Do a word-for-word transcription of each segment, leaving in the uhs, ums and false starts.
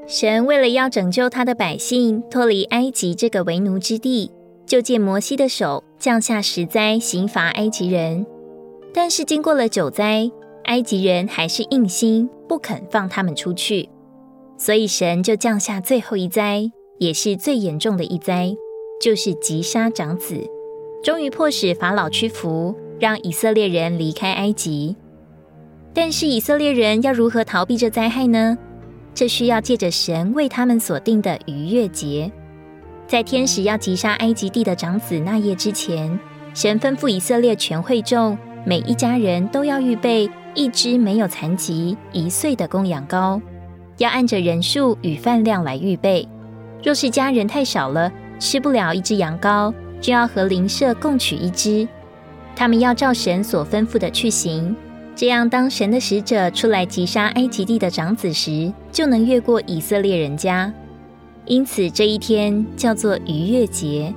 神为了要拯救他的百姓脱离埃及这个为奴之地，就借摩西的手降下十灾刑罚埃及人。但是经过了九灾，埃及人还是硬心，不肯放他们出去。所以神就降下最后一灾，也是最严重的一灾，就是击杀长子，终于迫使法老屈服，让以色列人离开埃及。但是以色列人要如何逃避这灾害呢？这需要借着神为他们所定的逾越节。在天使要击杀埃及地的长子那夜之前，神吩咐以色列全会众，每一家人都要预备一只没有残疾一岁的公羊羔，要按着人数与饭量来预备。若是家人太少了，吃不了一只羊羔，就要和邻舍共取一只。他们要照神所吩咐的去行，这样当神的使者出来击杀埃及地的长子时，就能越过以色列人家。因此这一天叫做逾越节。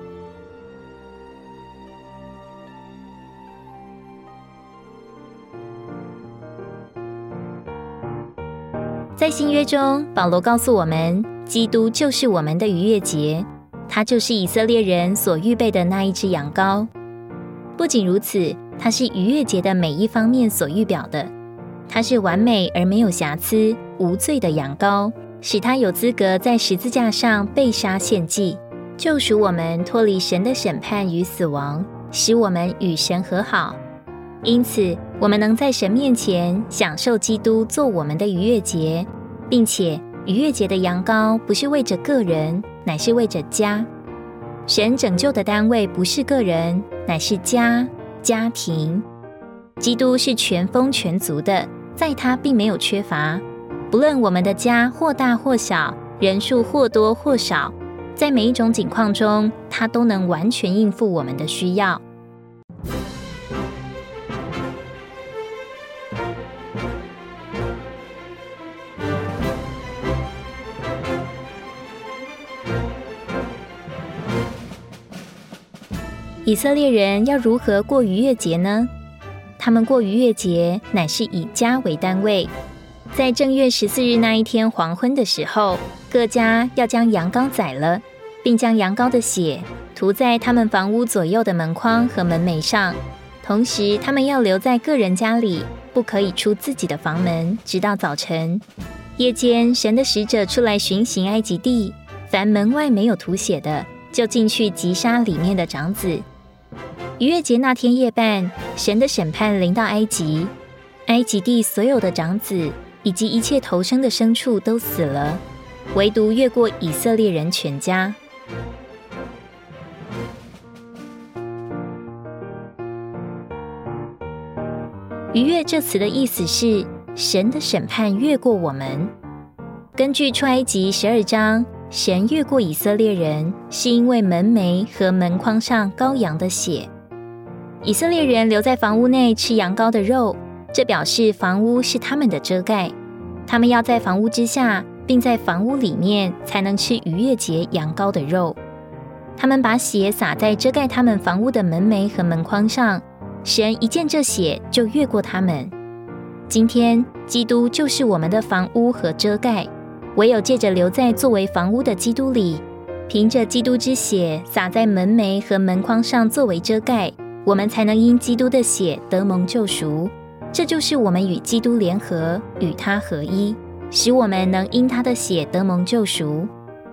在新约中，保罗告诉我们，基督就是我们的逾越节，他就是以色列人所预备的那一只羊羔。不仅如此，他是逾越节的每一方面所预表的，他是完美而没有瑕疵、无罪的羊羔，使他有资格在十字架上被杀献祭，救赎我们脱离神的审判与死亡，使我们与神和好。因此我们能在神面前享受基督做我们的逾越节，并且逾越节的羊羔不是为着个人，乃是为着家。神拯救的单位不是个人，乃是家、家庭。基督是全丰全足的，在他并没有缺乏。不论我们的家或大或小，人数或多或少，在每一种境况中，他都能完全应付我们的需要。以色列人要如何过逾越节呢？他们过逾越节乃是以家为单位，在正月十四日那一天黄昏的时候，各家要将羊羔宰了，并将羊羔的血涂在他们房屋左右的门框和门楣上。同时他们要留在个人家里，不可以出自己的房门，直到早晨。夜间神的使者出来巡行埃及地，凡门外没有涂血的，就进去击杀里面的长子。逾越节那天夜半，神的审判临到埃及，埃及地所有的长子以及一切投生的牲畜都死了，唯独越过以色列人全家。逾越这词的意思是神的审判越过我们。根据出埃及十二章，神越过以色列人，是因为门楣和门框上羔羊的血。以色列人留在房屋内吃羊羔的肉，这表示房屋是他们的遮盖，他们要在房屋之下，并在房屋里面才能吃逾越节羊羔的肉。他们把血洒在遮盖他们房屋的门楣和门框上，神一见这血就越过他们。今天基督就是我们的房屋和遮盖，唯有借着留在作为房屋的基督里，凭着基督之血洒在门楣和门框上作为遮盖，我们才能因基督的血得蒙救赎。这就是我们与基督联合，与他合一，使我们能因他的血得蒙救赎。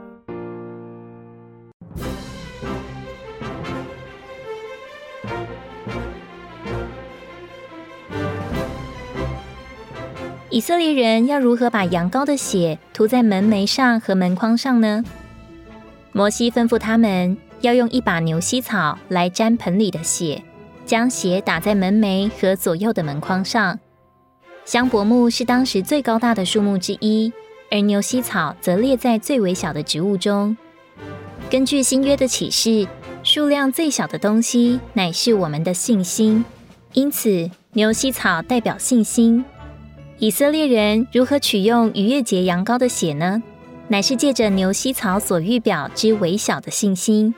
以色列人要如何把羊羔的血涂在门楣上和门框上呢？摩西吩咐他们要用一把牛膝草来沾盆里的血，将血打在门楣和左右的门框上。香柏木是当时最高大的树木之一，而牛膝草则列在最微小的植物中。根据新约的启示，数量最小的东西乃是我们的信心，因此牛膝草代表信心。以色列人如何取用逾越节羊羔的血呢？乃是借着牛膝草所预表之微小的信心。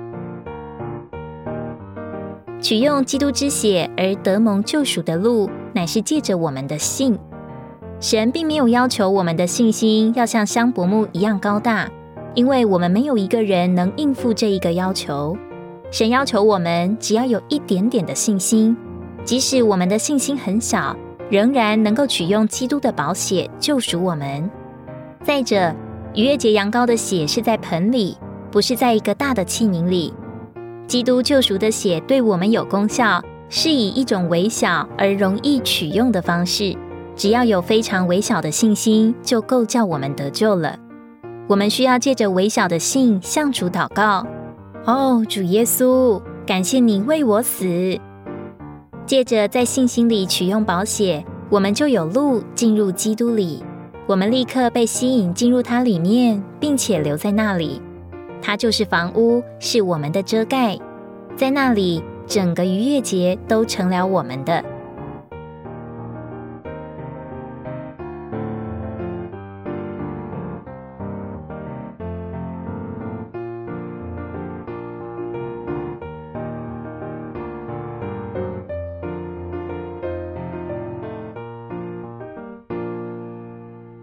取用基督之血而得蒙救赎的路， 乃是借着我们的信。神并没有要求我们的信心要像香柏木一样高大，因为我们没有一个人能应付这一个要求。神要求我们只要有一点点的信心，即使我们的信心很小，仍然能够取用基督的宝血救赎我们。再者，逾越节羊羔的血是在盆里，不是在一个大的器皿里。基督救赎的血对我们有功效，是以一种微小而容易取用的方式，只要有非常微小的信心，就够叫我们得救了。我们需要借着微小的信向主祷告：哦，主耶稣，感谢你为我死。借着在信心里取用宝血，我们就有路进入基督里，我们立刻被吸引进入它里面，并且留在那里。它就是房屋，是我们的遮盖，在那里整个逾越节都成了我们的。